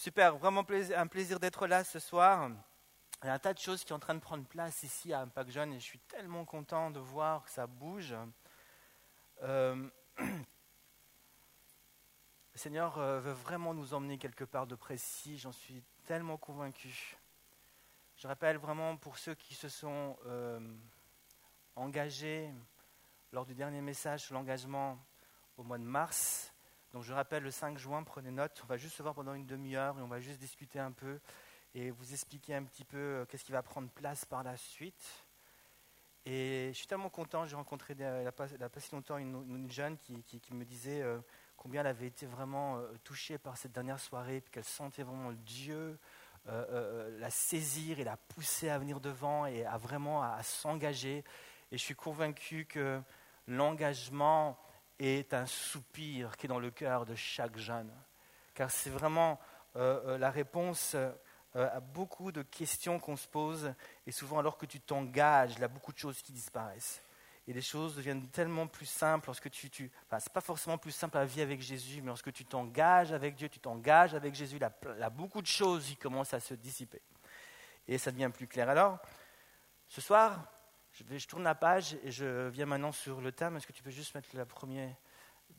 Super, vraiment un plaisir d'être là ce soir. Il y a un tas de choses qui sont en train de prendre place ici à Impact Jeune et je suis tellement content de voir que ça bouge. Le Seigneur veut vraiment nous emmener quelque part de précis, j'en suis tellement convaincu. Je rappelle vraiment pour ceux qui se sont engagés lors du dernier message sur l'engagement au mois de mars. Donc je rappelle le 5 juin, prenez note, on va juste se voir pendant une demi-heure et on va juste discuter un peu et vous expliquer un petit peu qu'est-ce qui va prendre place par la suite. Et je suis tellement content, j'ai rencontré il n'y a pas si longtemps une jeune qui me disait combien elle avait été vraiment touchée par cette dernière soirée, puis qu'elle sentait vraiment Dieu la saisir et la pousser à venir devant et à vraiment à s'engager. Et je suis convaincu que l'engagement est un soupir qui est dans le cœur de chaque jeune. Car c'est vraiment la réponse à beaucoup de questions qu'on se pose. Et souvent, alors que tu t'engages, il y a beaucoup de choses qui disparaissent. Et les choses deviennent tellement plus simples lorsque c'est pas forcément plus simple la vie avec Jésus, mais lorsque tu t'engages avec Dieu, tu t'engages avec Jésus, il y a beaucoup de choses qui commencent à se dissiper. Et ça devient plus clair. Alors, ce soir, je tourne la page et je viens maintenant sur le thème. Est-ce que tu peux juste mettre le premier diapo ?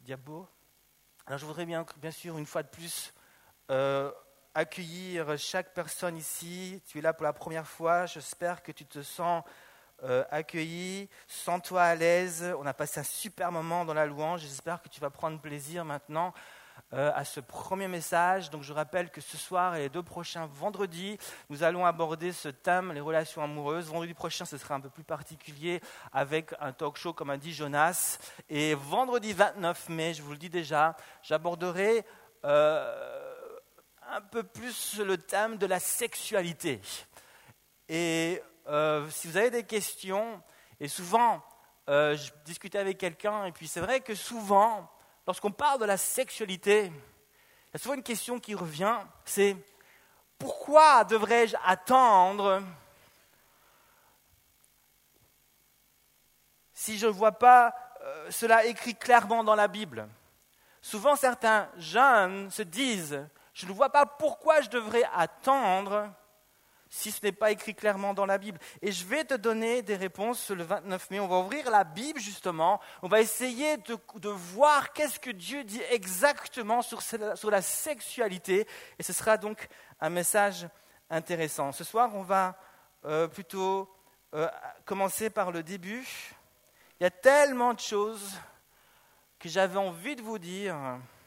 Alors, je voudrais bien sûr, une fois de plus, accueillir chaque personne ici. Tu es là pour la première fois. J'espère que tu te sens accueilli, sens-toi à l'aise. On a passé un super moment dans la louange. J'espère que tu vas prendre plaisir maintenant à ce premier message. Donc je rappelle que ce soir et les 2 prochains vendredis, nous allons aborder ce thème, les relations amoureuses. Vendredi prochain, ce sera un peu plus particulier avec un talk show, comme a dit Jonas. Et vendredi 29 mai, je vous le dis déjà, j'aborderai un peu plus le thème de la sexualité. Et si vous avez des questions, et souvent, je discutais avec quelqu'un, et puis c'est vrai que souvent, lorsqu'on parle de la sexualité, il y a souvent une question qui revient, c'est pourquoi devrais-je attendre si je ne vois pas cela écrit clairement dans la Bible ? Souvent, certains jeunes se disent, je ne vois pas pourquoi je devrais attendre si ce n'est pas écrit clairement dans la Bible. Et je vais te donner des réponses le 29 mai. On va ouvrir la Bible justement. On va essayer de voir qu'est-ce que Dieu dit exactement sur la sexualité. Et ce sera donc un message intéressant. Ce soir, on va plutôt commencer par le début. Il y a tellement de choses que j'avais envie de vous dire.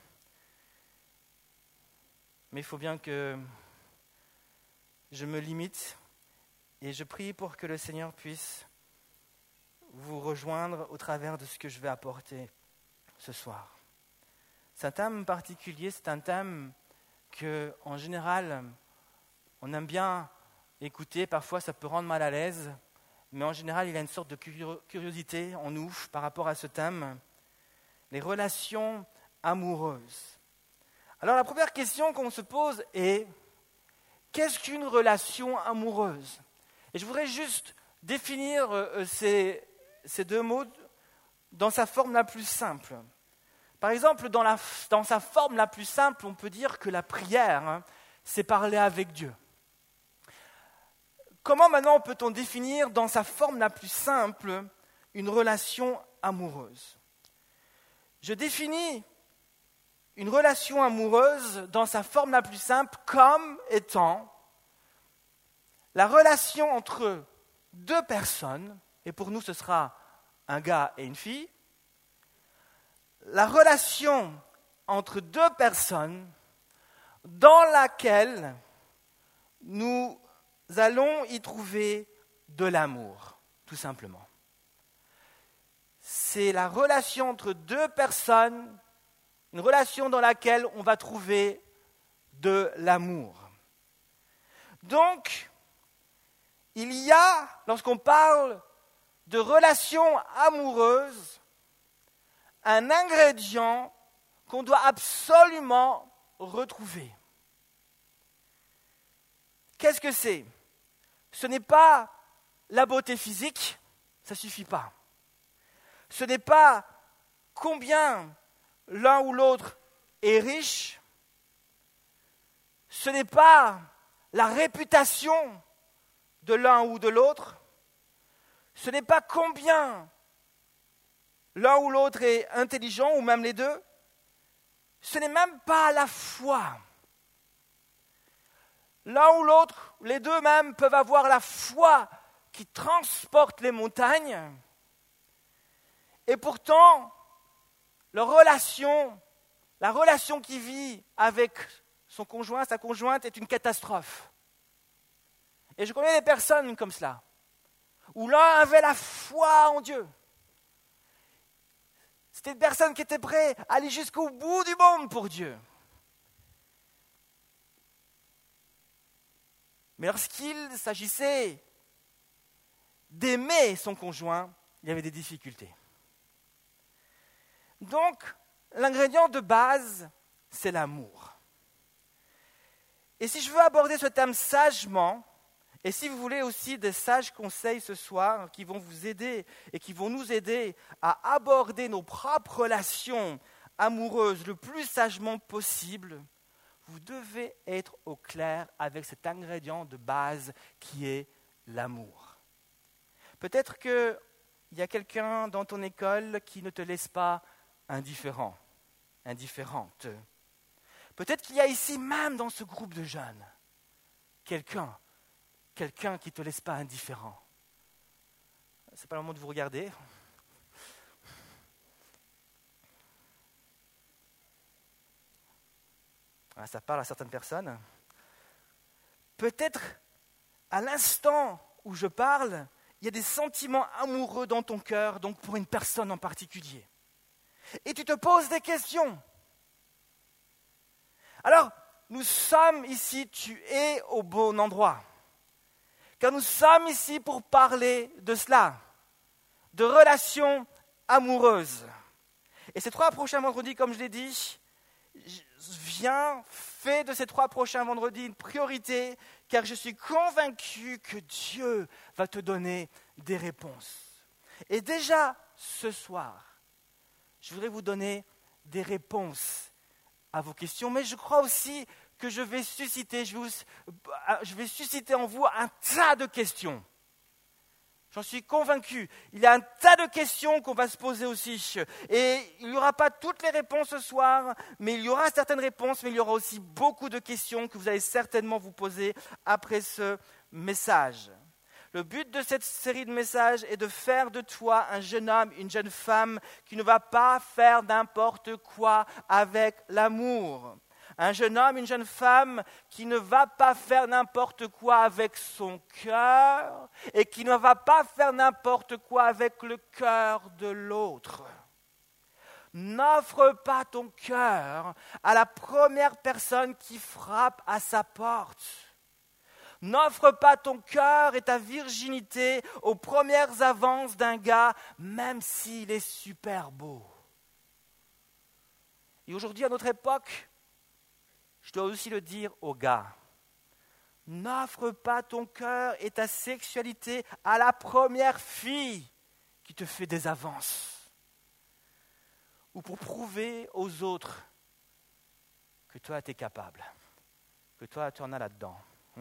Mais il faut bien que je me limite et je prie pour que le Seigneur puisse vous rejoindre au travers de ce que je vais apporter ce soir. C'est un thème particulier, c'est un thème que, en général, on aime bien écouter. Parfois, ça peut rendre mal à l'aise, mais en général, il y a une sorte de curiosité en nous par rapport à ce thème. Les relations amoureuses. Alors, la première question qu'on se pose est: qu'est-ce qu'une relation amoureuse ? Et je voudrais juste définir ces 2 mots dans sa forme la plus simple. Par exemple, dans sa forme la plus simple, on peut dire que la prière, c'est parler avec Dieu. Comment maintenant peut-on définir dans sa forme la plus simple une relation amoureuse ? Je définis une relation amoureuse, dans sa forme la plus simple, comme étant la relation entre 2 personnes, et pour nous ce sera un gars et une fille, la relation entre 2 personnes dans laquelle nous allons y trouver de l'amour, tout simplement. C'est la relation entre 2 personnes, une relation dans laquelle on va trouver de l'amour. Donc, il y a, lorsqu'on parle de relations amoureuses, un ingrédient qu'on doit absolument retrouver. Qu'est-ce que c'est ? Ce n'est pas la beauté physique, ça ne suffit pas. Ce n'est pas combien l'un ou l'autre est riche. ce n'est pas la réputation de l'un ou de l'autre, ce n'est pas combien l'un ou l'autre est intelligent, ou même les deux, ce n'est même pas la foi. L'un ou l'autre, les deux même, peuvent avoir la foi qui transporte les montagnes, et pourtant, la relation qu'il vit avec son conjoint, sa conjointe, est une catastrophe. Et je connais des personnes comme cela, où l'un avait la foi en Dieu. C'était une personne qui était prête à aller jusqu'au bout du monde pour Dieu. Mais lorsqu'il s'agissait d'aimer son conjoint, il y avait des difficultés. Donc, l'ingrédient de base, c'est l'amour. Et si je veux aborder ce thème sagement, et si vous voulez aussi des sages conseils ce soir qui vont vous aider et qui vont nous aider à aborder nos propres relations amoureuses le plus sagement possible, vous devez être au clair avec cet ingrédient de base qui est l'amour. Peut-être qu'il y a quelqu'un dans ton école qui ne te laisse pas indifférent, indifférente. Peut-être qu'il y a ici même dans ce groupe de jeunes quelqu'un qui ne te laisse pas indifférent. Ce n'est pas le moment de vous regarder. Ça parle à certaines personnes. Peut-être à l'instant où je parle, il y a des sentiments amoureux dans ton cœur, donc pour une personne en particulier. Et tu te poses des questions. Alors, nous sommes ici, tu es au bon endroit. Car nous sommes ici pour parler de cela, de relations amoureuses. Et ces 3 prochains vendredis, comme je l'ai dit, fais de ces 3 prochains vendredis une priorité, car je suis convaincu que Dieu va te donner des réponses. Et déjà, ce soir, je voudrais vous donner des réponses à vos questions, mais je crois aussi que je vais susciter en vous un tas de questions. J'en suis convaincu. Il y a un tas de questions qu'on va se poser aussi. Et il n'y aura pas toutes les réponses ce soir, mais il y aura certaines réponses, mais il y aura aussi beaucoup de questions que vous allez certainement vous poser après ce message. Le but de cette série de messages est de faire de toi un jeune homme, une jeune femme qui ne va pas faire n'importe quoi avec l'amour. Un jeune homme, une jeune femme qui ne va pas faire n'importe quoi avec son cœur et qui ne va pas faire n'importe quoi avec le cœur de l'autre. N'offre pas ton cœur à la première personne qui frappe à sa porte. N'offre pas ton cœur et ta virginité aux premières avances d'un gars, même s'il est super beau. Et aujourd'hui, à notre époque, je dois aussi le dire aux gars. N'offre pas ton cœur et ta sexualité à la première fille qui te fait des avances. Ou pour prouver aux autres que toi, tu es capable. Que toi, tu en as là-dedans.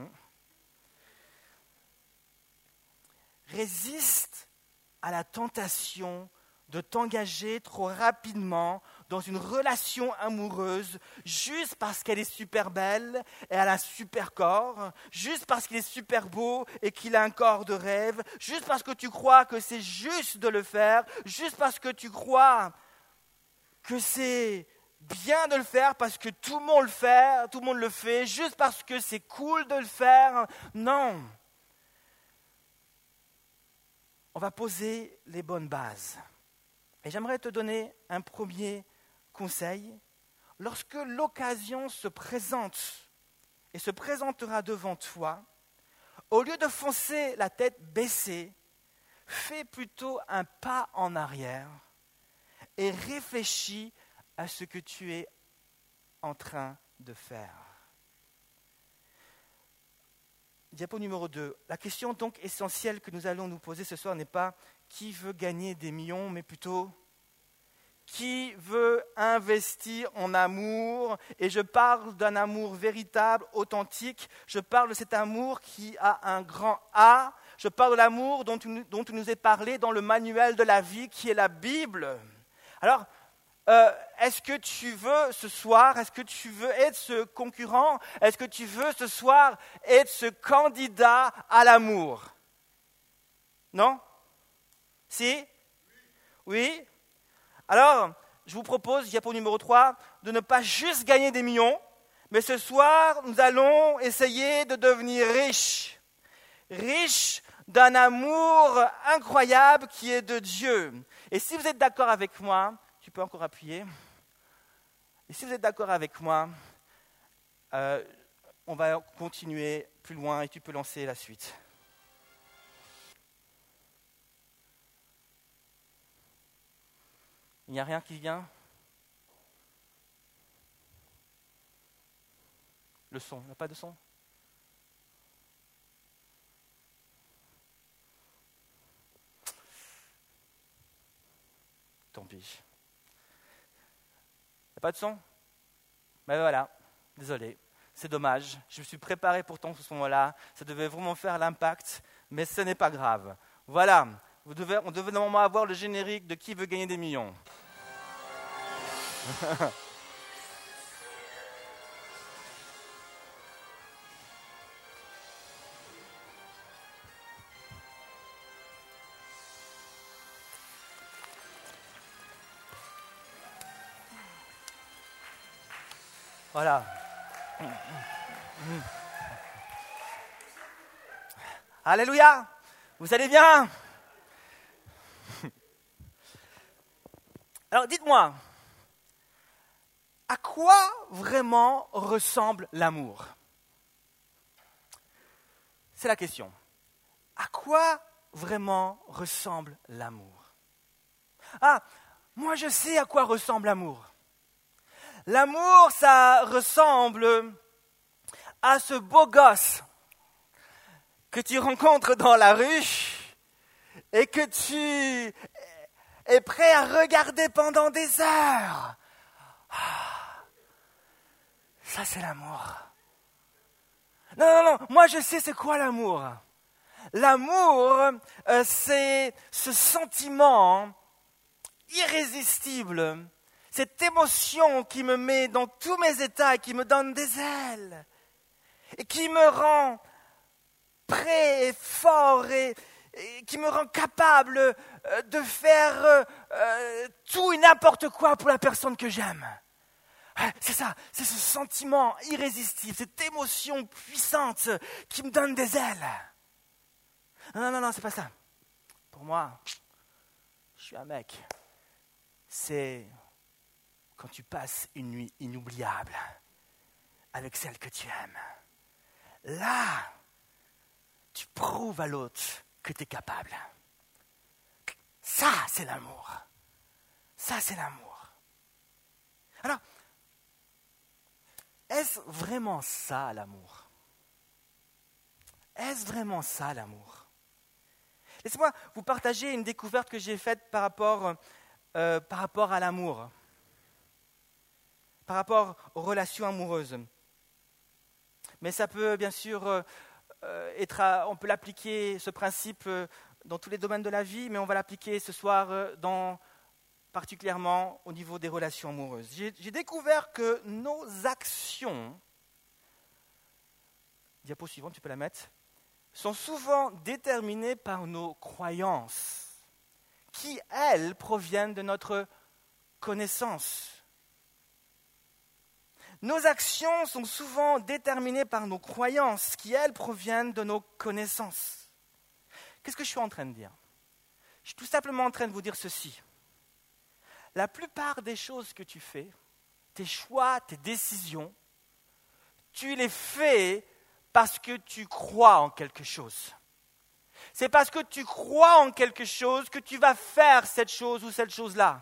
Résiste à la tentation de t'engager trop rapidement dans une relation amoureuse juste parce qu'elle est super belle et elle a un super corps, juste parce qu'il est super beau et qu'il a un corps de rêve, juste parce que tu crois que c'est juste de le faire, juste parce que tu crois que c'est bien de le faire parce que tout le monde le fait, juste parce que c'est cool de le faire. Non. On va poser les bonnes bases. Et j'aimerais te donner un premier conseil. Lorsque l'occasion se présente et se présentera devant toi, au lieu de foncer la tête baissée, fais plutôt un pas en arrière et réfléchis à ce que tu es en train de faire. Diapo numéro 2. La question donc essentielle que nous allons nous poser ce soir n'est pas qui veut gagner des millions, mais plutôt qui veut investir en amour, et je parle d'un amour véritable, authentique, je parle de cet amour qui a un grand A, je parle de l'amour dont il nous est parlé dans le manuel de la vie qui est la Bible. Alors, est-ce que tu veux ce soir, est-ce que tu veux être ce concurrent, est-ce que tu veux ce soir être ce candidat à l'amour? Non? Si? Oui? Alors, je vous propose, diapo numéro 3, de ne pas juste gagner des millions, mais ce soir, nous allons essayer de devenir riches. Riches d'un amour incroyable qui est de Dieu. Et si vous êtes d'accord avec moi, tu peux encore appuyer. Et si vous êtes d'accord avec moi, on va continuer plus loin et tu peux lancer la suite. Il n'y a rien qui vient? Le son, il n'y a pas de son? Tant pis. Il n'y a pas de son? Ben voilà, désolé, c'est dommage. Je me suis préparé pourtant pour ce moment-là, ça devait vraiment faire l'impact, mais ce n'est pas grave. Voilà, on devait normalement avoir le générique de Qui veut gagner des millions. Voilà. Alléluia! Vous allez bien? Alors dites-moi, à quoi vraiment ressemble l'amour? C'est la question. À quoi vraiment ressemble l'amour? Ah, moi je sais à quoi ressemble l'amour. L'amour, ça ressemble à ce beau gosse que tu rencontres dans la rue et que tu es prêt à regarder pendant des heures. Ça, c'est l'amour. Non, moi je sais c'est quoi l'amour. L'amour, c'est ce sentiment irrésistible, cette émotion qui me met dans tous mes états et qui me donne des ailes et qui me rend prêt et fort et qui me rend capable de faire tout et n'importe quoi pour la personne que j'aime. C'est ça, c'est ce sentiment irrésistible, cette émotion puissante qui me donne des ailes. Non, c'est pas ça. Pour moi, je suis un mec. C'est quand tu passes une nuit inoubliable avec celle que tu aimes. Là, tu prouves à l'autre que tu es capable. Ça, c'est l'amour. Ça, c'est l'amour. Alors, est-ce vraiment ça l'amour? Est-ce vraiment ça l'amour? Laissez-moi vous partager une découverte que j'ai faite par rapport à l'amour, par rapport aux relations amoureuses. Mais ça peut bien sûr on peut l'appliquer, ce principe, dans tous les domaines de la vie, mais on va l'appliquer ce soir particulièrement au niveau des relations amoureuses. J'ai découvert que nos actions, diapo suivante, tu peux la mettre, sont souvent déterminées par nos croyances, qui, elles, proviennent de notre connaissance. Nos actions sont souvent déterminées par nos croyances, qui, elles, proviennent de nos connaissances. Qu'est-ce que je suis en train de dire? Je suis tout simplement en train de vous dire ceci. La plupart des choses que tu fais, tes choix, tes décisions, tu les fais parce que tu crois en quelque chose. C'est parce que tu crois en quelque chose que tu vas faire cette chose ou cette chose-là.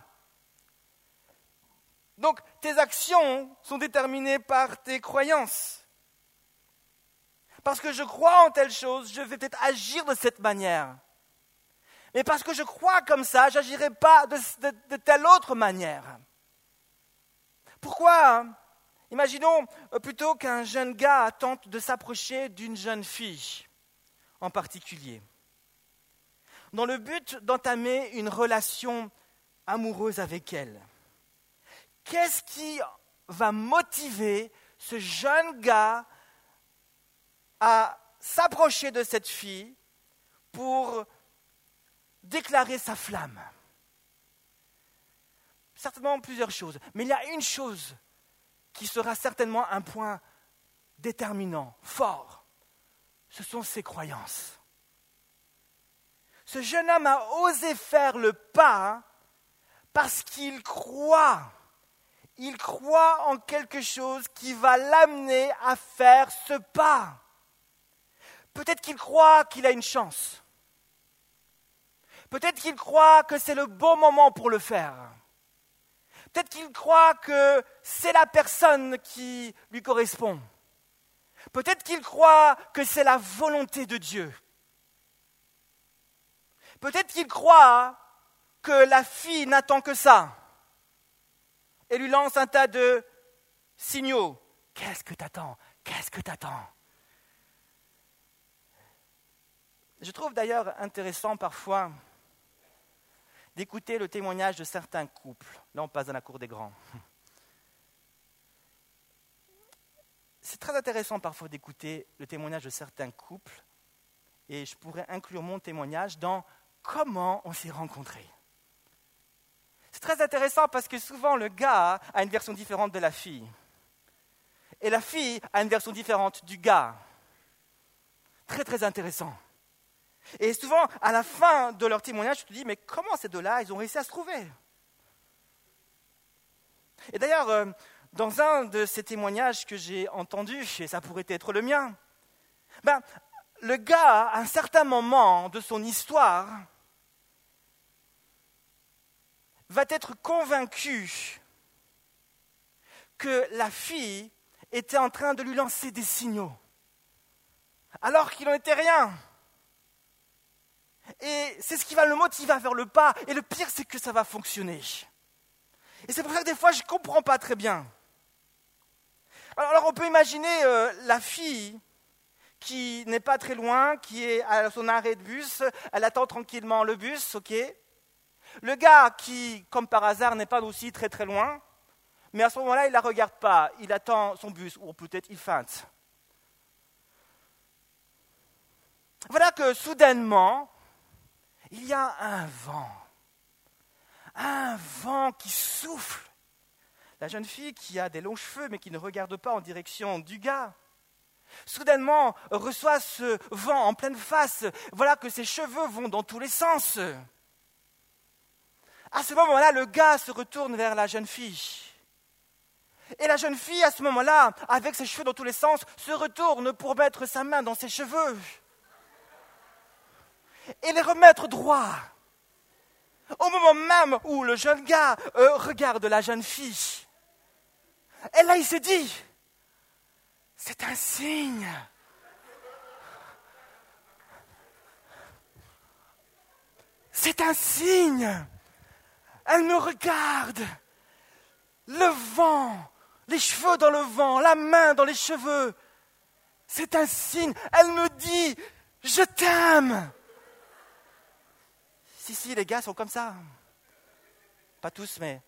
Donc, tes actions sont déterminées par tes croyances. Parce que je crois en telle chose, je vais peut-être agir de cette manière. Mais parce que je crois comme ça, je n'agirai pas de telle autre manière. Pourquoi ? Imaginons plutôt qu'un jeune gars tente de s'approcher d'une jeune fille en particulier, dans le but d'entamer une relation amoureuse avec elle. Qu'est-ce qui va motiver ce jeune gars à s'approcher de cette fille pour déclarer sa flamme? Certainement plusieurs choses, mais il y a une chose qui sera certainement un point déterminant, fort. Ce sont ses croyances. Ce jeune homme a osé faire le pas parce qu'il croit. Il croit en quelque chose qui va l'amener à faire ce pas. Peut-être qu'il croit qu'il a une chance. Peut-être qu'il croit que c'est le bon moment pour le faire. Peut-être qu'il croit que c'est la personne qui lui correspond. Peut-être qu'il croit que c'est la volonté de Dieu. Peut-être qu'il croit que la fille n'attend que ça et lui lance un tas de signaux. Qu'est-ce que t'attends ? Qu'est-ce que t'attends ? Je trouve d'ailleurs intéressant parfois d'écouter le témoignage de certains couples. Là, on passe dans la cour des grands. C'est très intéressant parfois d'écouter le témoignage de certains couples, et je pourrais inclure mon témoignage dans comment on s'est rencontrés. C'est très intéressant parce que souvent le gars a une version différente de la fille, et la fille a une version différente du gars. Très très intéressant. Et souvent, à la fin de leur témoignage, tu te dis, mais comment ces deux-là, ils ont réussi à se trouver ? Et d'ailleurs, dans un de ces témoignages que j'ai entendus, et ça pourrait être le mien, le gars, à un certain moment de son histoire, va être convaincu que la fille était en train de lui lancer des signaux, alors qu'il n'en était rien. Et c'est ce qui va le motiver à faire le pas. Et le pire, c'est que ça va fonctionner. Et c'est pour ça que des fois, je ne comprends pas très bien. Alors on peut imaginer la fille qui n'est pas très loin, qui est à son arrêt de bus, elle attend tranquillement le bus, ok. Le gars qui, comme par hasard, n'est pas aussi très très loin, mais à ce moment-là, il ne la regarde pas, il attend son bus, ou peut-être il feinte. Voilà que soudainement, il y a un vent qui souffle. La jeune fille qui a des longs cheveux mais qui ne regarde pas en direction du gars, soudainement reçoit ce vent en pleine face. Voilà que ses cheveux vont dans tous les sens. À ce moment-là, le gars se retourne vers la jeune fille. Et la jeune fille, à ce moment-là, avec ses cheveux dans tous les sens, se retourne pour mettre sa main dans ses cheveux et les remettre droits. Au moment même où le jeune gars regarde la jeune fille. Et là, il se dit, c'est un signe. C'est un signe. Elle me regarde. Le vent, les cheveux dans le vent, la main dans les cheveux. C'est un signe. Elle me dit, je t'aime. Si, les gars sont comme ça. Pas tous, mais...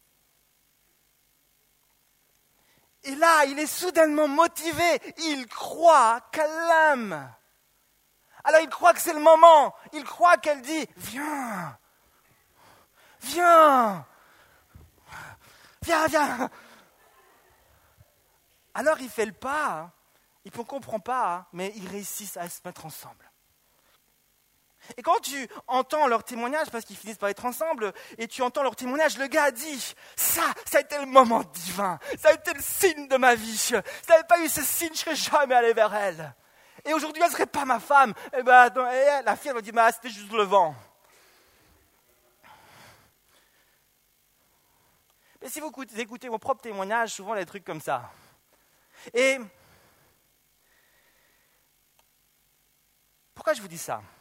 Et là, il est soudainement motivé. Il croit qu'elle l'aime. Alors il croit que c'est le moment. Il croit qu'elle dit, viens. Viens. Alors il fait le pas. Il ne comprend pas, mais ils réussissent à se mettre ensemble. Et quand tu entends leur témoignage, parce qu'ils finissent par être ensemble, et tu entends leur témoignage, le gars a dit, ça a été le moment divin, ça a été le signe de ma vie. Si ça n'avait pas eu ce signe, je ne serais jamais allé vers elle. Et aujourd'hui, elle ne serait pas ma femme. Et la fille, elle m'a dit, c'était juste le vent. Mais si vous écoutez vos propres témoignages, souvent il y a des trucs comme ça. Et pourquoi je vous dis ça ?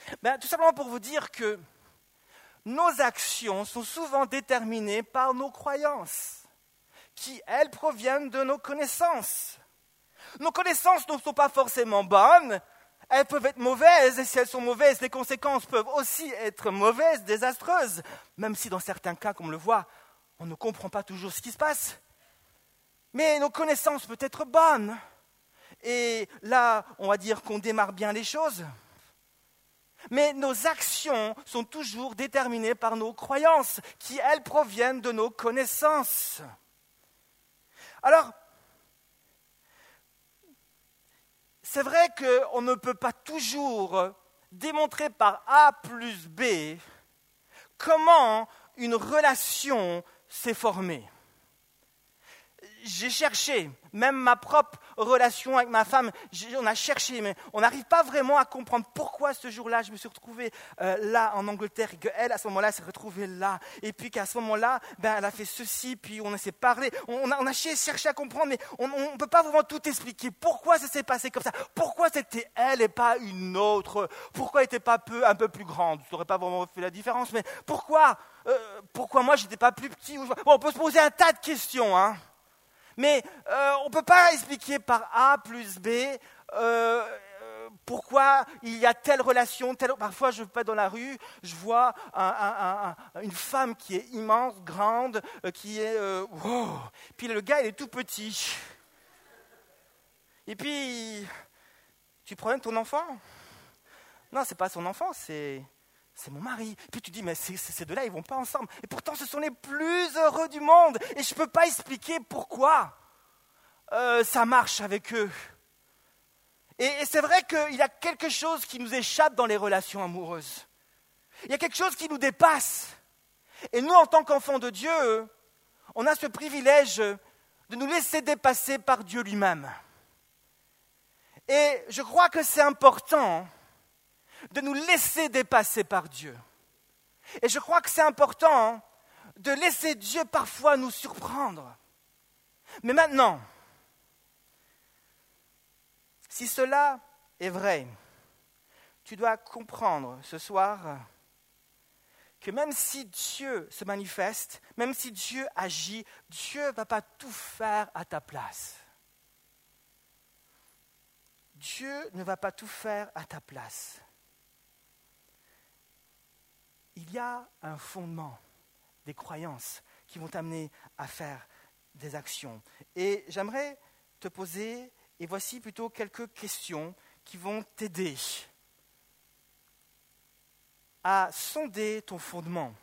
Tout simplement pour vous dire que nos actions sont souvent déterminées par nos croyances, qui, elles, proviennent de nos connaissances. Nos connaissances ne sont pas forcément bonnes, elles peuvent être mauvaises, et si elles sont mauvaises, les conséquences peuvent aussi être mauvaises, désastreuses, même si dans certains cas, comme on le voit, on ne comprend pas toujours ce qui se passe. Mais nos connaissances peuvent être bonnes, et là, on va dire qu'on démarre bien les choses. Mais nos actions sont toujours déterminées par nos croyances, qui, elles, proviennent de nos connaissances. Alors, c'est vrai qu'on ne peut pas toujours démontrer par A plus B comment une relation s'est formée. J'ai cherché, même ma propre relation avec ma femme, on a cherché, mais on n'arrive pas vraiment à comprendre pourquoi ce jour-là, je me suis retrouvé là en Angleterre, et qu'elle, à ce moment-là, s'est retrouvée là, et puis qu'à ce moment-là, elle a fait ceci, puis on s'est parlé, on a cherché à comprendre, mais on ne peut pas vraiment tout expliquer. Pourquoi ça s'est passé comme ça? Pourquoi c'était elle et pas une autre? Pourquoi elle n'était pas un peu plus grande? Ça n'aurait pas vraiment fait la différence, mais pourquoi moi, je n'étais pas plus petit? Bon, on peut se poser un tas de questions, hein. Mais on ne peut pas expliquer par A plus B pourquoi il y a telle relation, telle... Parfois, je vais dans la rue, je vois une femme qui est immense, grande, qui est... wow. Puis le gars, il est tout petit. Et puis, tu promènes ton enfant? Non, ce n'est pas son enfant, c'est mon mari. Puis tu dis, mais ces deux-là, ils ne vont pas ensemble. Et pourtant, ce sont les plus heureux du monde. Et je ne peux pas expliquer pourquoi ça marche avec eux. Et c'est vrai qu'il y a quelque chose qui nous échappe dans les relations amoureuses. Il y a quelque chose qui nous dépasse. Et nous, en tant qu'enfants de Dieu, on a ce privilège de nous laisser dépasser par Dieu lui-même. Et je crois que c'est important de nous laisser dépasser par Dieu. Et je crois que c'est important de laisser Dieu parfois nous surprendre. Mais maintenant, si cela est vrai, tu dois comprendre ce soir que même si Dieu se manifeste, même si Dieu agit, Dieu ne va pas tout faire à ta place. Dieu ne va pas tout faire à ta place. Il y a un fondement, des croyances qui vont t'amener à faire des actions. Et j'aimerais te poser, et voici plutôt quelques questions qui vont t'aider à sonder ton fondement.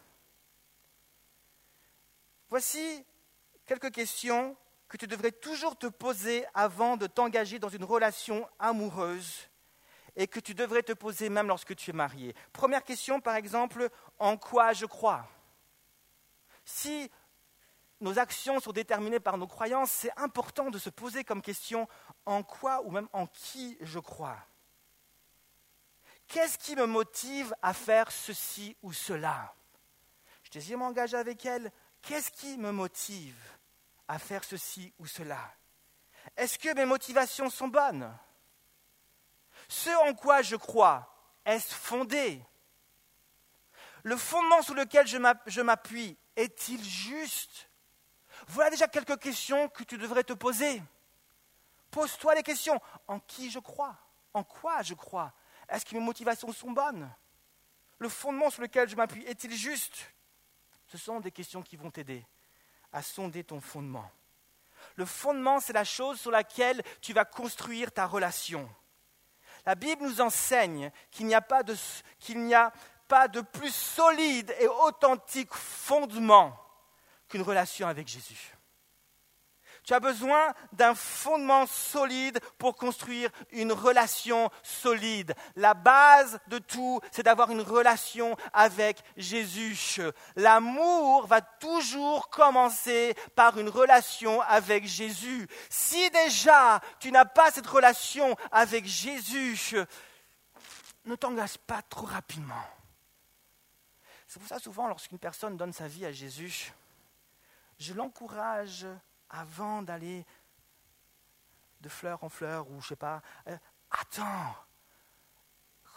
Voici quelques questions que tu devrais toujours te poser avant de t'engager dans une relation amoureuse et que tu devrais te poser même lorsque tu es marié. Première question, par exemple, en quoi je crois? Si nos actions sont déterminées par nos croyances, c'est important de se poser comme question en quoi ou même en qui je crois. Qu'est-ce qui me motive à faire ceci ou cela? Je désire m'engager avec elle. Qu'est-ce qui me motive à faire ceci ou cela? Est-ce que mes motivations sont bonnes? Ce en quoi je crois, est-ce fondé? Le fondement sur lequel je m'appuie, est-il juste? Voilà déjà quelques questions que tu devrais te poser. Pose-toi les questions. En qui je crois? En quoi je crois? Est-ce que mes motivations sont bonnes? Le fondement sur lequel je m'appuie, est-il juste? Ce sont des questions qui vont t'aider à sonder ton fondement. Le fondement, c'est la chose sur laquelle tu vas construire ta relation. La Bible nous enseigne qu'il n'y a pas de plus solide et authentique fondement qu'une relation avec Jésus. Tu as besoin d'un fondement solide pour construire une relation solide. La base de tout, c'est d'avoir une relation avec Jésus. L'amour va toujours commencer par une relation avec Jésus. Si déjà tu n'as pas cette relation avec Jésus, ne t'engage pas trop rapidement. C'est pour ça souvent lorsqu'une personne donne sa vie à Jésus, je l'encourage avant d'aller de fleur en fleur ou je ne sais pas, attends,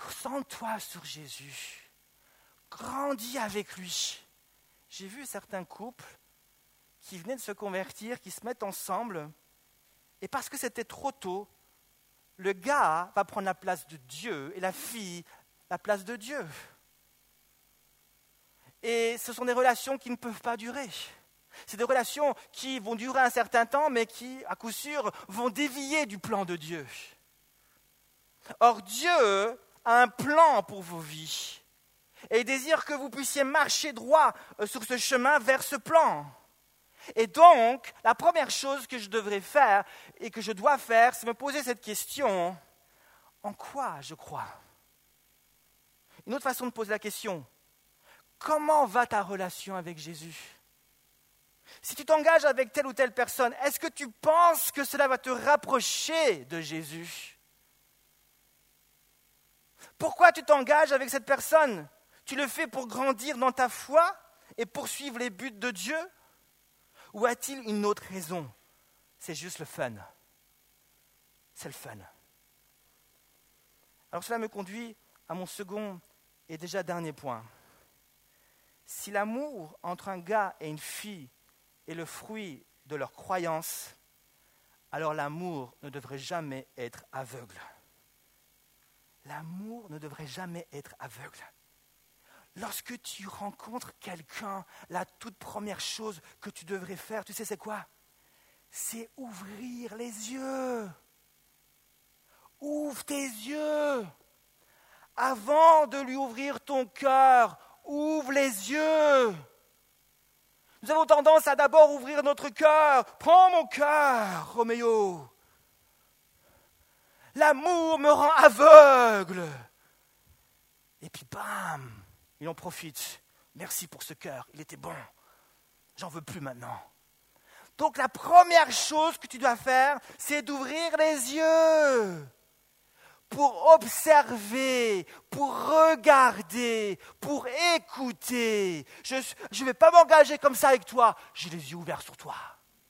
Centre-toi sur Jésus. Grandis avec lui. J'ai vu certains couples qui venaient de se convertir, qui se mettent ensemble, et parce que c'était trop tôt, le gars va prendre la place de Dieu et la fille la place de Dieu. Et ce sont des relations qui ne peuvent pas durer. C'est des relations qui vont durer un certain temps, mais qui, à coup sûr, vont dévier du plan de Dieu. Or, Dieu a un plan pour vos vies. Et il désire que vous puissiez marcher droit sur ce chemin vers ce plan. Et donc, la première chose que je devrais faire et que je dois faire, c'est me poser cette question, en quoi je crois ? Une autre façon de poser la question, comment va ta relation avec Jésus ? Si tu t'engages avec telle ou telle personne, est-ce que tu penses que cela va te rapprocher de Jésus ? Pourquoi tu t'engages avec cette personne ? Tu le fais pour grandir dans ta foi et poursuivre les buts de Dieu ? Ou a-t-il une autre raison ? C'est juste le fun. C'est le fun. Alors cela me conduit à mon second et déjà dernier point. Si l'amour entre un gars et une fille est le fruit de leur croyance, alors l'amour ne devrait jamais être aveugle. L'amour ne devrait jamais être aveugle. Lorsque tu rencontres quelqu'un, la toute première chose que tu devrais faire, tu sais c'est quoi ? C'est ouvrir les yeux. Ouvre tes yeux. Avant de lui ouvrir ton cœur, ouvre les yeux. Nous avons tendance à d'abord ouvrir notre cœur. Prends mon cœur, Roméo. L'amour me rend aveugle. Et puis bam, il en profite. Merci pour ce cœur, il était bon. J'en veux plus maintenant. Donc la première chose que tu dois faire, c'est d'ouvrir les yeux. Pour observer, pour regarder, pour écouter. Je ne vais pas m'engager comme ça avec toi. J'ai les yeux ouverts sur toi.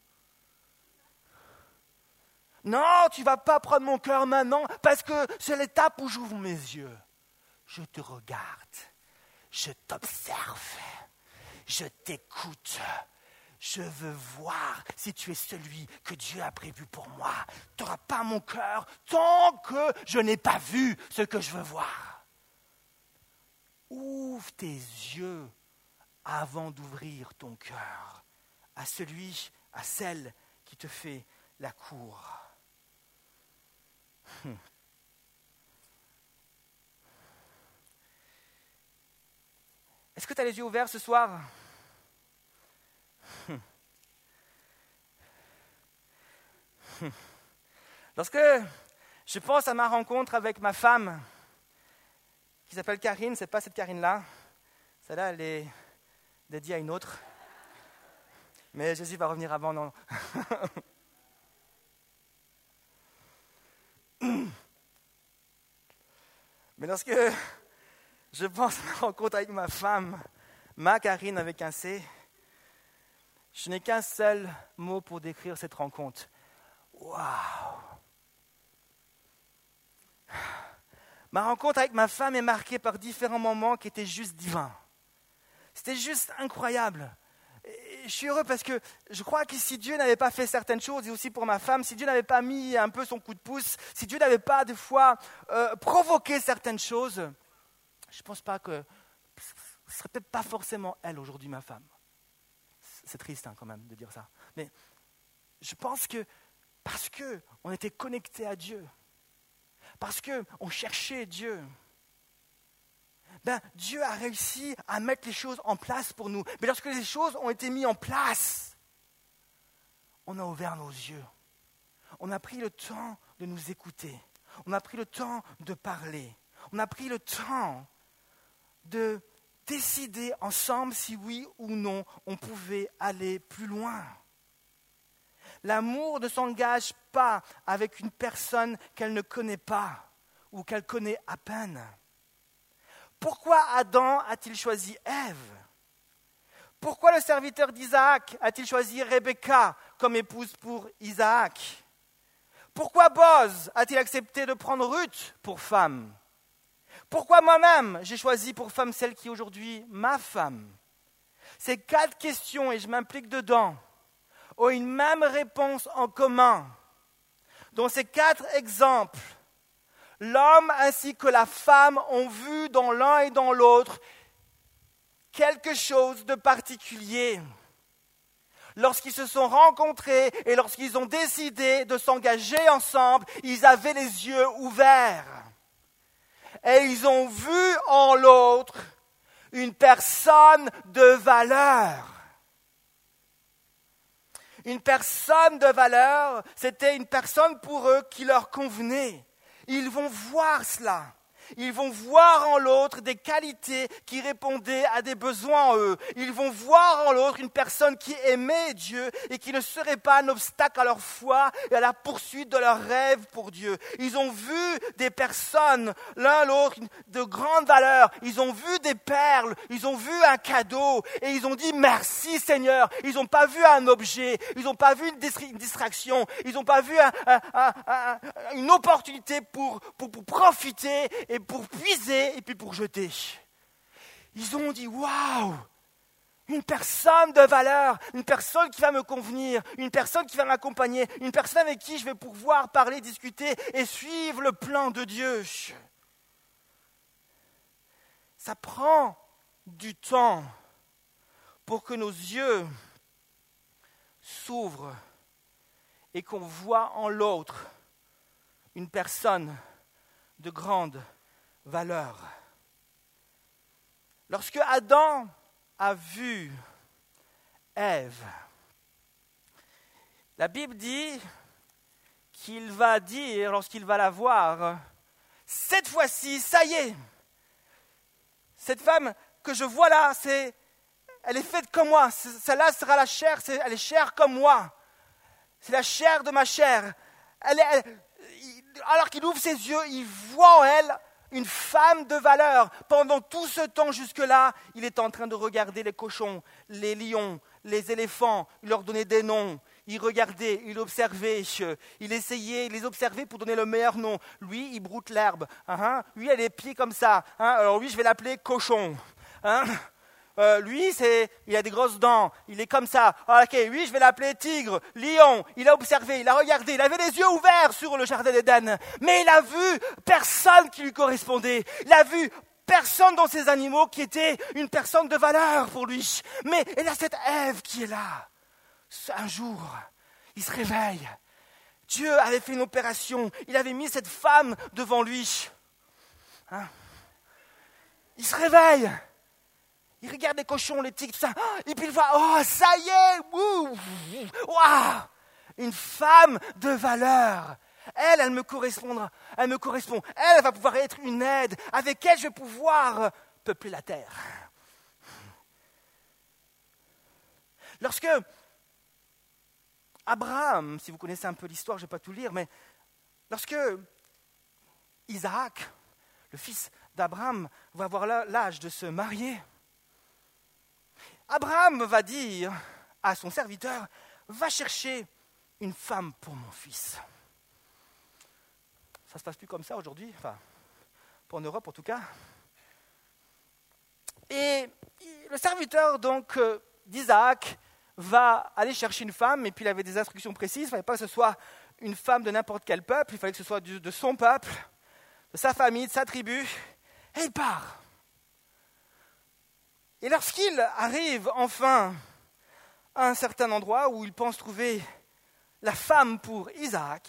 Non, tu ne vas pas prendre mon cœur maintenant parce que c'est l'étape où j'ouvre mes yeux. Je te regarde, je t'observe, je t'écoute. Je veux voir si tu es celui que Dieu a prévu pour moi. Tu n'auras pas mon cœur tant que je n'ai pas vu ce que je veux voir. Ouvre tes yeux avant d'ouvrir ton cœur à celui, à celle qui te fait la cour. Est-ce que tu as les yeux ouverts ce soir ? Lorsque je pense à ma rencontre avec ma femme, qui s'appelle Karine, c'est pas cette Karine-là, celle-là elle est dédiée à une autre, mais Jésus va revenir avant, non. Mais lorsque je pense à ma rencontre avec ma femme, ma Karine avec un C, je n'ai qu'un seul mot pour décrire cette rencontre. Waouh! Ma rencontre avec ma femme est marquée par différents moments qui étaient juste divins. C'était juste incroyable. Et je suis heureux parce que je crois que si Dieu n'avait pas fait certaines choses, et aussi pour ma femme, si Dieu n'avait pas mis un peu son coup de pouce, si Dieu n'avait pas des fois provoqué certaines choses, je ne pense pas que ce ne serait peut-être pas forcément elle aujourd'hui, ma femme. C'est triste quand même de dire ça. Mais je pense que parce qu'on était connectés à Dieu, parce qu'on cherchait Dieu, Dieu a réussi à mettre les choses en place pour nous. Mais lorsque les choses ont été mises en place, on a ouvert nos yeux. On a pris le temps de nous écouter. On a pris le temps de parler. On a pris le temps de décider ensemble si oui ou non on pouvait aller plus loin. L'amour ne s'engage pas avec une personne qu'elle ne connaît pas ou qu'elle connaît à peine. Pourquoi Adam a-t-il choisi Ève ? Pourquoi le serviteur d'Isaac a-t-il choisi Rebecca comme épouse pour Isaac ? Pourquoi Boz a-t-il accepté de prendre Ruth pour femme ? Pourquoi moi-même j'ai choisi pour femme celle qui est aujourd'hui ma femme? Ces 4 questions, et je m'implique dedans, ont une même réponse en commun. Dans ces 4 exemples, l'homme ainsi que la femme ont vu dans l'un et dans l'autre quelque chose de particulier. Lorsqu'ils se sont rencontrés et lorsqu'ils ont décidé de s'engager ensemble, ils avaient les yeux ouverts. Et ils ont vu en l'autre une personne de valeur. Une personne de valeur, c'était une personne pour eux qui leur convenait. Ils vont voir cela. Ils vont voir en l'autre des qualités qui répondaient à des besoins en eux. Ils vont voir en l'autre une personne qui aimait Dieu et qui ne serait pas un obstacle à leur foi et à la poursuite de leurs rêves pour Dieu. Ils ont vu des personnes, l'un l'autre, de grande valeur. Ils ont vu des perles, ils ont vu un cadeau et ils ont dit merci Seigneur. Ils n'ont pas vu un objet, ils n'ont pas vu une distraction, ils n'ont pas vu une opportunité pour profiter et pour puiser et puis pour jeter. Ils ont dit waouh, une personne de valeur, une personne qui va me convenir, une personne qui va m'accompagner, une personne avec qui je vais pouvoir parler, discuter et suivre le plan de Dieu. Ça prend du temps pour que nos yeux s'ouvrent et qu'on voit en l'autre une personne de grande valeur. Lorsque Adam a vu Ève, la Bible dit qu'il va dire, lorsqu'il va la voir, cette fois-ci, ça y est, cette femme que je vois là, elle est faite comme moi, celle-là sera la chair, elle est chair comme moi, c'est la chair de ma chair. Alors qu'il ouvre ses yeux, il voit en elle une femme de valeur. Pendant tout ce temps jusque-là, il est en train de regarder les cochons, les lions, les éléphants, il leur donnait des noms. Il regardait, il observait, il essayait, il les observait pour donner le meilleur nom. Lui, il broute l'herbe. Lui, il a les pieds comme ça. Alors lui, je vais l'appeler cochon. Lui, il a des grosses dents, il est comme ça. Ok, lui, je vais l'appeler tigre, lion. Il a observé, il a regardé, il avait les yeux ouverts sur le jardin d'Éden. Mais il a vu personne qui lui correspondait. Il a vu personne dans ces animaux qui était une personne de valeur pour lui. Mais il y a cette Ève qui est là. Un jour, il se réveille. Dieu avait fait une opération. Il avait mis cette femme devant lui. Il se réveille. Il regarde les cochons, les tigres, tout ça. Et puis il voit, oh, ça y est, waouh, une femme de valeur. Elle me correspondra. Elle me correspond. Elle va pouvoir être une aide. Avec elle, je vais pouvoir peupler la terre. Lorsque Abraham, si vous connaissez un peu l'histoire, je ne vais pas tout lire, mais lorsque Isaac, le fils d'Abraham, va avoir l'âge de se marier, Abraham va dire à son serviteur, va chercher une femme pour mon fils. Ça ne se passe plus comme ça aujourd'hui, enfin, pas en Europe en tout cas. Et le serviteur donc d'Isaac va aller chercher une femme, et puis il avait des instructions précises, il ne fallait pas que ce soit une femme de n'importe quel peuple, il fallait que ce soit de son peuple, de sa famille, de sa tribu, et il part. Et lorsqu'il arrive enfin à un certain endroit où il pense trouver la femme pour Isaac,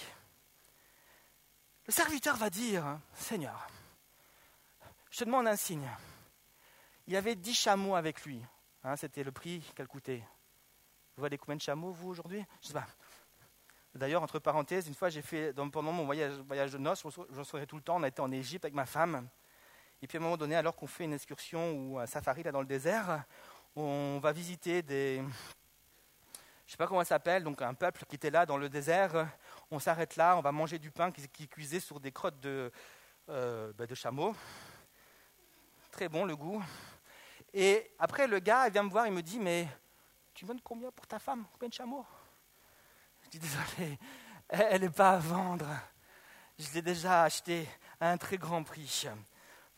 le serviteur va dire, Seigneur, je te demande un signe. Il y avait 10 chameaux avec lui, c'était le prix qu'elle coûtait. Vous voyez combien de chameaux, vous, aujourd'hui? Je sais pas. D'ailleurs, entre parenthèses, une fois, j'ai fait, pendant mon voyage de noces, j'en saurais tout le temps, on a été en Égypte avec ma femme. Et puis à un moment donné, alors qu'on fait une excursion ou un safari là dans le désert, on va visiter je ne sais pas comment ça s'appelle, donc un peuple qui était là dans le désert. On s'arrête là, on va manger du pain qui cuisait sur des crottes de chameau. Très bon le goût. Et après, le gars, il vient me voir, il me dit, mais tu me donnes combien pour ta femme? Combien de chameaux? Je dis, désolé, elle n'est pas à vendre. Je l'ai déjà achetée à un très grand prix.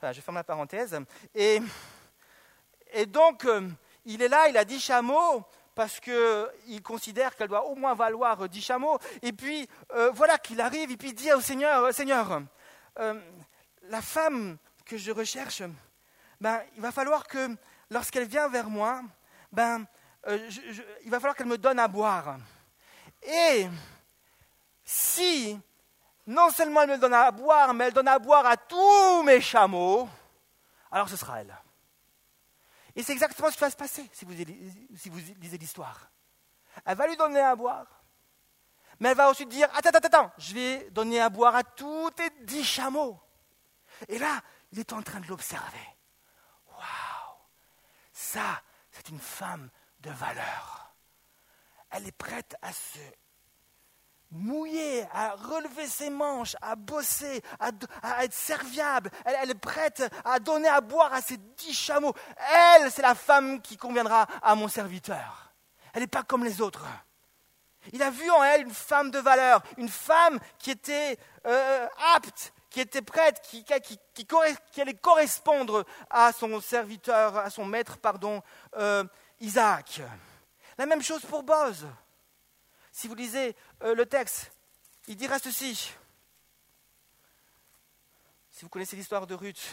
Enfin, je ferme la parenthèse. Et donc, il est là, il a 10 chameaux, parce qu'il considère qu'elle doit au moins valoir 10 chameaux. Et puis, voilà qu'il arrive, et puis il dit au Seigneur, Seigneur, la femme que je recherche, il va falloir que, lorsqu'elle vient vers moi, il va falloir qu'elle me donne à boire. Et si, non seulement elle me donne à boire, mais elle donne à boire à tous mes chameaux, alors ce sera elle. Et c'est exactement ce qui va se passer si vous lisez l'histoire. Elle va lui donner à boire, mais elle va ensuite dire, attends, je vais donner à boire à tous tes 10 chameaux. Et là, il est en train de l'observer. Waouh, ça, c'est une femme de valeur. Elle est prête à se mouiller, à relever ses manches, à bosser, à être serviable. Elle est prête à donner à boire à ses 10 chameaux. Elle, c'est la femme qui conviendra à mon serviteur. Elle n'est pas comme les autres. Il a vu en elle une femme de valeur, une femme qui était apte, qui était prête, qui allait correspondre à son serviteur, à son maître, Isaac. La même chose pour Boz. Si vous lisez le texte, il dira ceci. Si vous connaissez l'histoire de Ruth.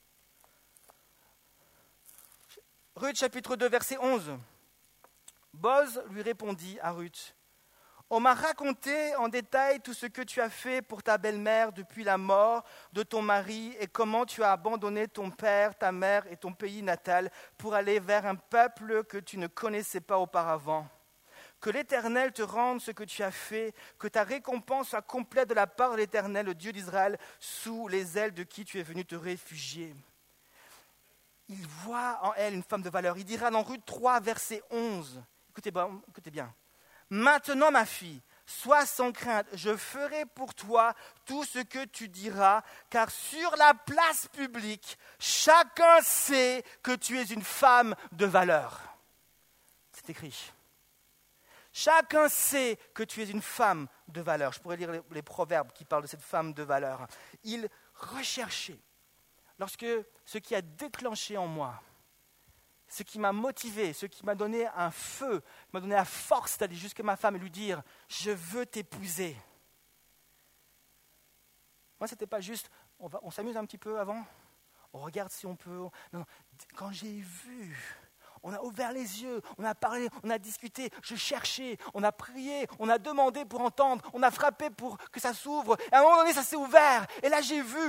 Ruth chapitre 2 verset 11. Boz lui répondit à Ruth. On m'a raconté en détail tout ce que tu as fait pour ta belle-mère depuis la mort de ton mari et comment tu as abandonné ton père, ta mère et ton pays natal pour aller vers un peuple que tu ne connaissais pas auparavant. Que l'Éternel te rende ce que tu as fait, que ta récompense soit complète de la part de l'Éternel, le Dieu d'Israël, sous les ailes de qui tu es venu te réfugier. Il voit en elle une femme de valeur. Il dira dans Ruth 3, verset 11, écoutez bien. Maintenant, ma fille, sois sans crainte, je ferai pour toi tout ce que tu diras, car sur la place publique, chacun sait que tu es une femme de valeur. C'est écrit. Chacun sait que tu es une femme de valeur. Je pourrais lire les proverbes qui parlent de cette femme de valeur. Il recherchait, lorsque ce qui a déclenché en moi, ce qui m'a motivé, ce qui m'a donné un feu, m'a donné la force d'aller jusqu'à ma femme et lui dire « Je veux t'épouser ». Moi, ce n'était pas juste « on s'amuse un petit peu avant, on regarde si on peut… » Non, quand j'ai vu, on a ouvert les yeux, on a parlé, on a discuté, je cherchais, on a prié, on a demandé pour entendre, on a frappé pour que ça s'ouvre. Et à un moment donné, ça s'est ouvert. Et là, j'ai vu,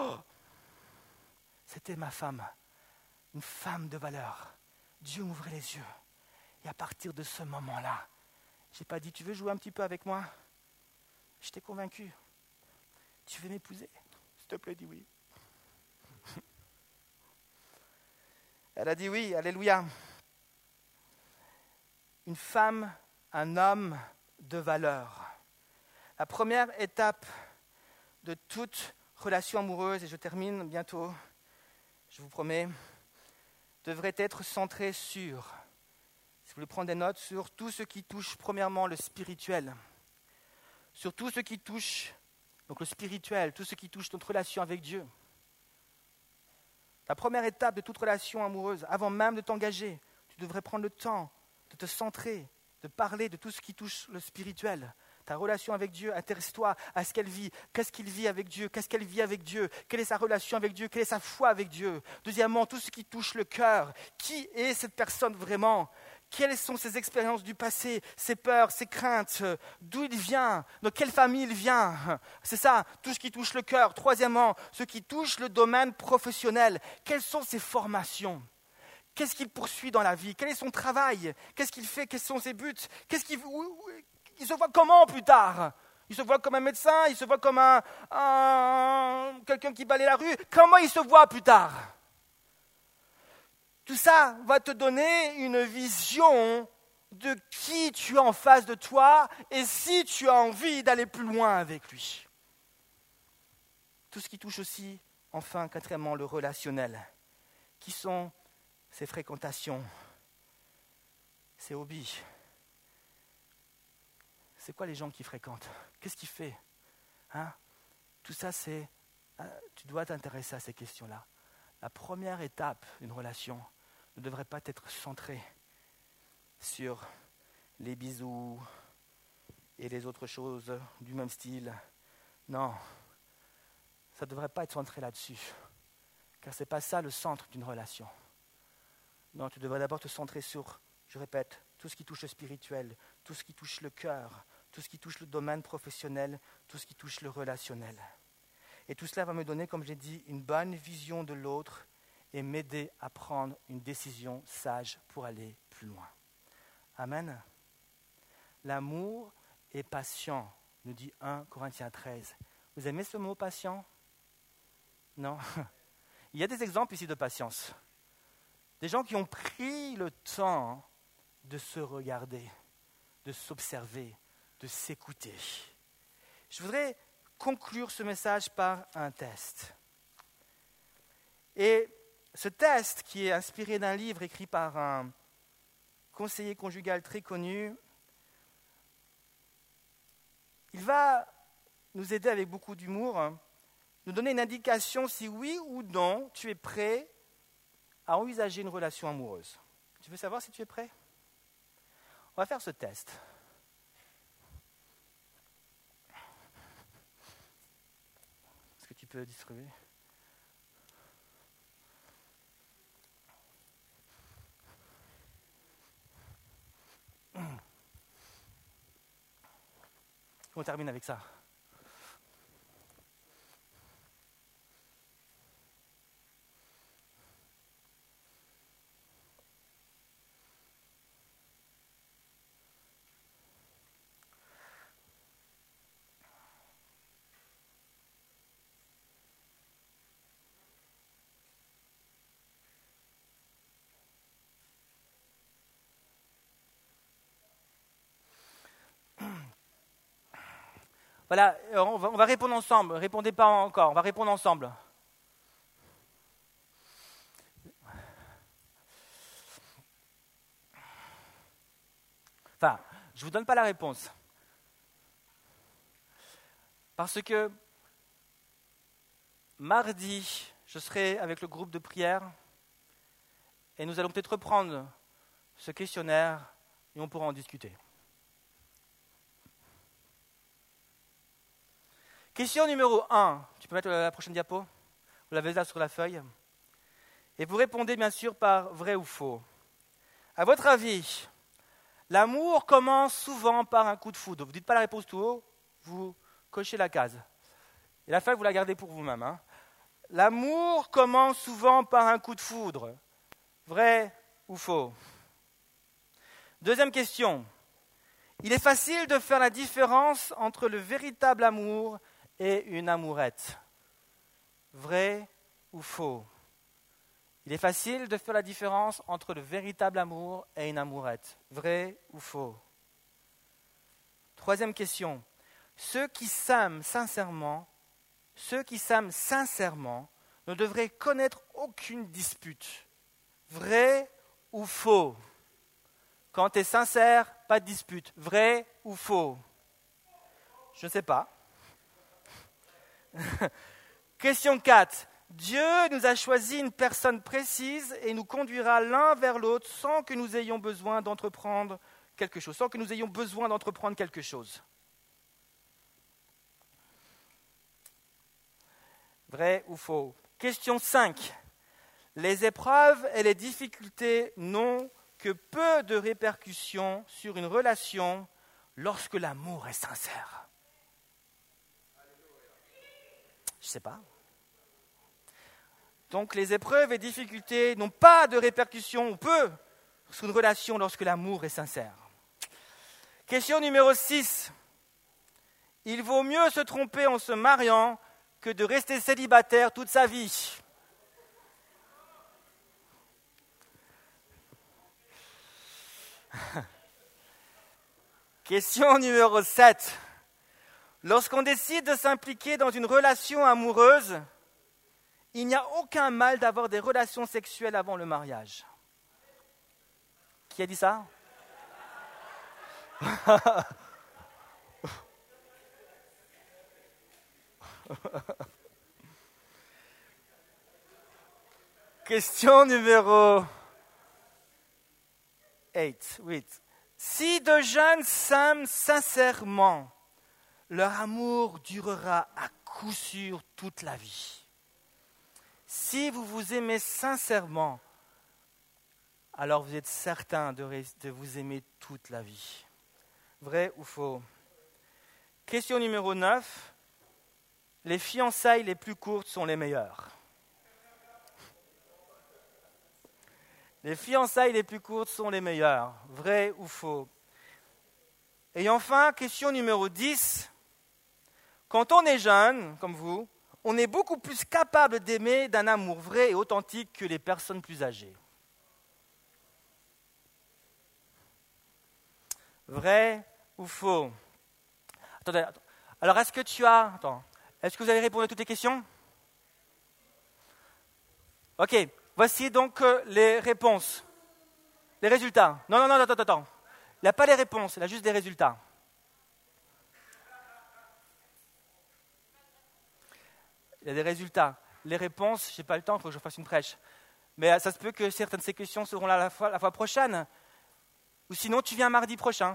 c'était ma femme. Une femme de valeur. Dieu m'ouvrait les yeux. Et à partir de ce moment-là, je n'ai pas dit, tu veux jouer un petit peu avec moi? Je t'ai convaincu. Tu veux m'épouser? S'il te plaît, dis oui. Elle a dit oui, alléluia. Une femme, un homme de valeur. La première étape de toute relation amoureuse, et je termine bientôt, je vous promets, devrait être centré sur, si vous voulez prendre des notes, sur tout ce qui touche premièrement le spirituel, sur tout ce qui touche, donc le spirituel, tout ce qui touche notre relation avec Dieu. La première étape de toute relation amoureuse, avant même de t'engager, tu devrais prendre le temps de te centrer, de parler de tout ce qui touche le spirituel. Ta relation avec Dieu, intéresse-toi à ce qu'elle vit. Qu'est-ce qu'il vit avec Dieu? Qu'est-ce qu'elle vit avec Dieu? Quelle est sa relation avec Dieu? Quelle est sa foi avec Dieu? Deuxièmement, tout ce qui touche le cœur. Qui est cette personne vraiment? Quelles sont ses expériences du passé, ses peurs, ses craintes? D'où il vient? De quelle famille il vient? C'est ça, tout ce qui touche le cœur. Troisièmement, ce qui touche le domaine professionnel. Quelles sont ses formations? Qu'est-ce qu'il poursuit dans la vie? Quel est son travail? Qu'est-ce qu'il fait? Quels sont ses buts? Il se voit comment plus tard? Il se voit comme un médecin? Il se voit comme quelqu'un qui balaye la rue? Comment il se voit plus tard? Tout ça va te donner une vision de qui tu as en face de toi et si tu as envie d'aller plus loin avec lui. Tout ce qui touche aussi, enfin, quatrièmement, le relationnel. Qui sont ses fréquentations, ses hobbies? C'est quoi les gens qui fréquentent? Qu'est-ce qu'il fait? Tout ça, tu dois t'intéresser à ces questions-là. La première étape d'une relation ne devrait pas être centrée sur les bisous et les autres choses du même style. Non, ça ne devrait pas être centré là-dessus, car ce n'est pas ça le centre d'une relation. Non, tu devrais d'abord te centrer sur, je répète, tout ce qui touche le spirituel, tout ce qui touche le cœur, tout ce qui touche le domaine professionnel, tout ce qui touche le relationnel. Et tout cela va me donner, comme j'ai dit, une bonne vision de l'autre et m'aider à prendre une décision sage pour aller plus loin. Amen. L'amour est patient, nous dit 1 Corinthiens 13. Vous aimez ce mot patient? Non? Il y a des exemples ici de patience. Des gens qui ont pris le temps de se regarder, de s'observer, de s'écouter. Je voudrais conclure ce message par un test. Et ce test, qui est inspiré d'un livre écrit par un conseiller conjugal très connu, il va nous aider avec beaucoup d'humour, nous donner une indication si oui ou non tu es prêt à envisager une relation amoureuse. Tu veux savoir si tu es prêt? On va faire ce test. Est-ce que tu peux distribuer? On termine avec ça. Voilà, on va répondre ensemble. Répondez pas encore, on va répondre ensemble. Enfin, je ne vous donne pas la réponse. Parce que mardi, je serai avec le groupe de prière et nous allons peut-être reprendre ce questionnaire et on pourra en discuter. Question numéro 1. Tu peux mettre la prochaine diapo? Vous l'avez là sur la feuille. Et vous répondez bien sûr par vrai ou faux. À votre avis, l'amour commence souvent par un coup de foudre. Vous ne dites pas la réponse tout haut, vous cochez la case. Et la feuille, vous la gardez pour vous-même. Hein. L'amour commence souvent par un coup de foudre. Vrai ou faux? Deuxième question. Il est facile de faire la différence entre le véritable amour et une amourette. Vrai ou faux? Il est facile de faire la différence entre le véritable amour et une amourette. Vrai ou faux? Troisième question. Ceux qui s'aiment sincèrement ne devraient connaître aucune dispute. Vrai ou faux? Quand tu es sincère, pas de dispute. Vrai ou faux? Je ne sais pas. Question 4. Dieu nous a choisi une personne précise et nous conduira l'un vers l'autre sans que nous ayons besoin d'entreprendre quelque chose. Vrai ou faux? Question 5. Les épreuves et les difficultés n'ont que peu de répercussions sur une relation lorsque l'amour est sincère. Je ne sais pas. Donc les épreuves et difficultés n'ont pas de répercussions ou peu sur une relation lorsque l'amour est sincère. Question numéro 6. Il vaut mieux se tromper en se mariant que de rester célibataire toute sa vie. Question numéro 7. Lorsqu'on décide de s'impliquer dans une relation amoureuse, il n'y a aucun mal d'avoir des relations sexuelles avant le mariage. Qui a dit ça? Question numéro 8. Si deux jeunes s'aiment sincèrement, leur amour durera à coup sûr toute la vie. Si vous vous aimez sincèrement, alors vous êtes certain de vous aimer toute la vie. Vrai ou faux? Question numéro 9. Les fiançailles les plus courtes sont les meilleures. Les fiançailles les plus courtes sont les meilleures. Vrai ou faux? Et enfin, question numéro 10. Quand on est jeune, comme vous, on est beaucoup plus capable d'aimer d'un amour vrai et authentique que les personnes plus âgées. Vrai ou faux? Attendez. Alors, est-ce que vous allez répondre à toutes les questions? Ok. Voici donc les réponses. Les résultats. Non. Attends. Il n'y a pas les réponses, il y a juste des résultats. Il y a des résultats. Les réponses, je n'ai pas le temps, il faut que je fasse une prêche. Mais ça se peut que certaines de ces questions seront là la fois prochaine. Ou sinon, tu viens mardi prochain.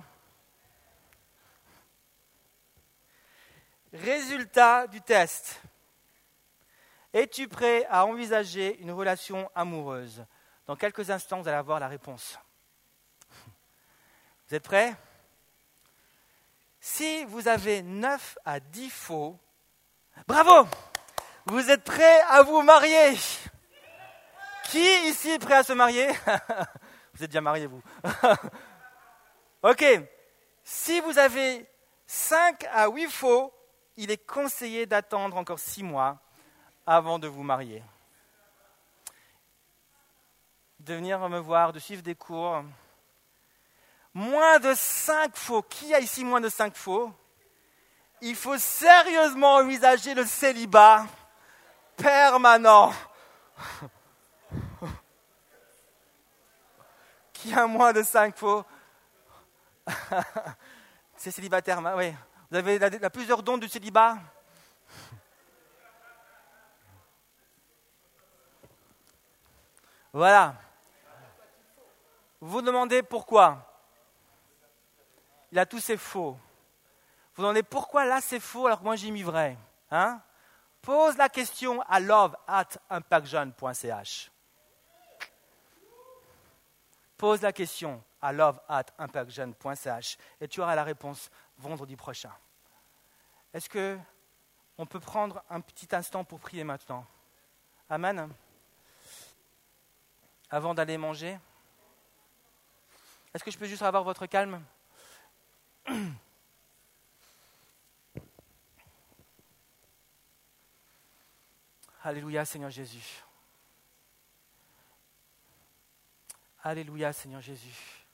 Résultat du test. Es-tu prêt à envisager une relation amoureuse? Dans quelques instants, vous allez avoir la réponse. Vous êtes prêts? Si vous avez 9 à 10 faux, bravo! Vous êtes prêts à vous marier? Qui ici est prêt à se marier? Vous êtes déjà mariés, vous. Ok. Si vous avez 5 à 8 faux, il est conseillé d'attendre encore 6 mois avant de vous marier. De venir me voir, de suivre des cours. Moins de 5 faux. Qui a ici moins de 5 faux? Il faut sérieusement envisager le célibat permanent. Qui a moins de 5 faux? C'est célibataire, oui. Vous avez la plusieurs dons du célibat? Voilà. Vous vous demandez pourquoi? Il a tous ses faux. Vous vous demandez pourquoi là c'est faux alors que moi j'ai mis vrai. Hein? Pose la question à love@impactjeune.ch. Pose la question à love@impactjeune.ch et tu auras la réponse vendredi prochain. Est-ce qu'on peut prendre un petit instant pour prier maintenant? Amen. Avant d'aller manger. Est-ce que je peux juste avoir votre calme? Alléluia, Seigneur Jésus. Alléluia, Seigneur Jésus.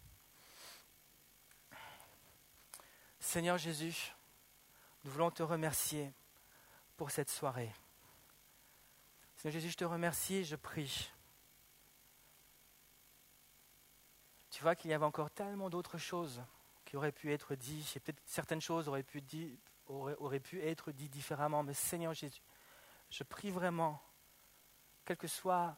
Seigneur Jésus, nous voulons te remercier pour cette soirée. Seigneur Jésus, je te remercie et je prie. Tu vois qu'il y avait encore tellement d'autres choses qui auraient pu être dites, et peut-être certaines choses auraient pu être dites différemment, mais Seigneur Jésus, je prie vraiment, quelle que soit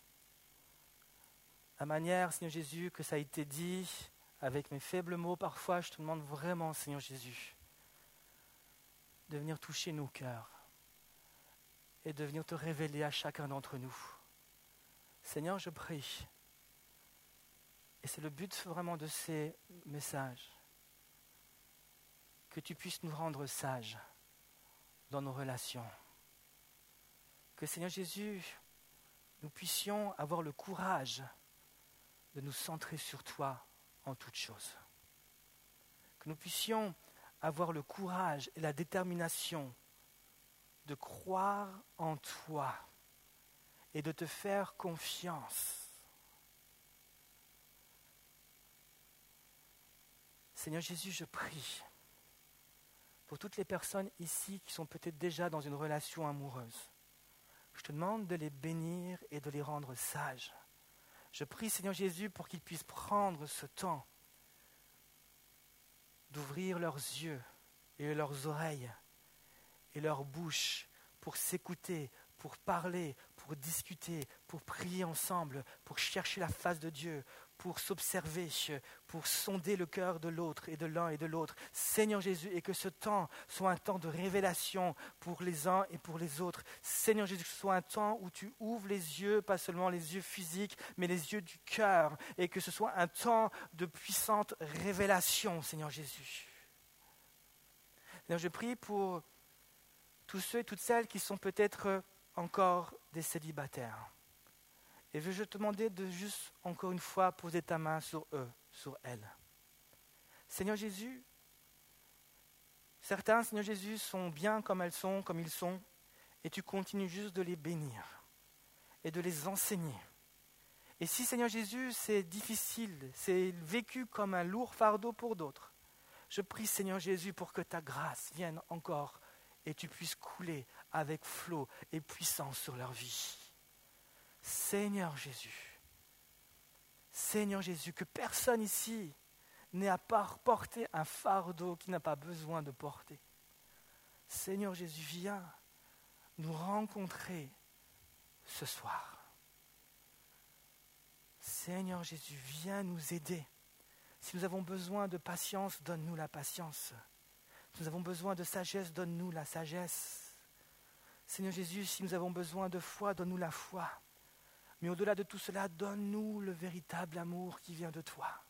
la manière, Seigneur Jésus, que ça a été dit, avec mes faibles mots parfois, je te demande vraiment, Seigneur Jésus, de venir toucher nos cœurs et de venir te révéler à chacun d'entre nous. Seigneur, je prie, et c'est le but vraiment de ces messages, que tu puisses nous rendre sages dans nos relations. Que Seigneur Jésus, nous puissions avoir le courage de nous centrer sur toi en toutes choses. Que nous puissions avoir le courage et la détermination de croire en toi et de te faire confiance. Seigneur Jésus, je prie pour toutes les personnes ici qui sont peut-être déjà dans une relation amoureuse. Je te demande de les bénir et de les rendre sages. Je prie, Seigneur Jésus, pour qu'ils puissent prendre ce temps d'ouvrir leurs yeux et leurs oreilles et leur bouche pour s'écouter, pour parler, pour discuter, pour prier ensemble, pour chercher la face de Dieu, pour s'observer, pour sonder le cœur de l'autre et de l'un et de l'autre. Seigneur Jésus, et que ce temps soit un temps de révélation pour les uns et pour les autres. Seigneur Jésus, que ce soit un temps où tu ouvres les yeux, pas seulement les yeux physiques, mais les yeux du cœur, et que ce soit un temps de puissante révélation, Seigneur Jésus. Seigneur, je prie pour tous ceux et toutes celles qui sont peut-être encore des célibataires. Et je vais te demander de juste, encore une fois, poser ta main sur eux, sur elles. Seigneur Jésus, certains, Seigneur Jésus, sont bien comme elles sont, comme ils sont, et tu continues juste de les bénir et de les enseigner. Et si, Seigneur Jésus, c'est difficile, c'est vécu comme un lourd fardeau pour d'autres, je prie, Seigneur Jésus, pour que ta grâce vienne encore et tu puisses couler avec flot et puissance sur leur vie. Seigneur Jésus, que personne ici n'ait à porter un fardeau qu'il n'a pas besoin de porter. Seigneur Jésus, viens nous rencontrer ce soir. Seigneur Jésus, viens nous aider. Si nous avons besoin de patience, donne-nous la patience. Si nous avons besoin de sagesse, donne-nous la sagesse. Seigneur Jésus, si nous avons besoin de foi, donne-nous la foi. Mais au-delà de tout cela, donne-nous le véritable amour qui vient de toi.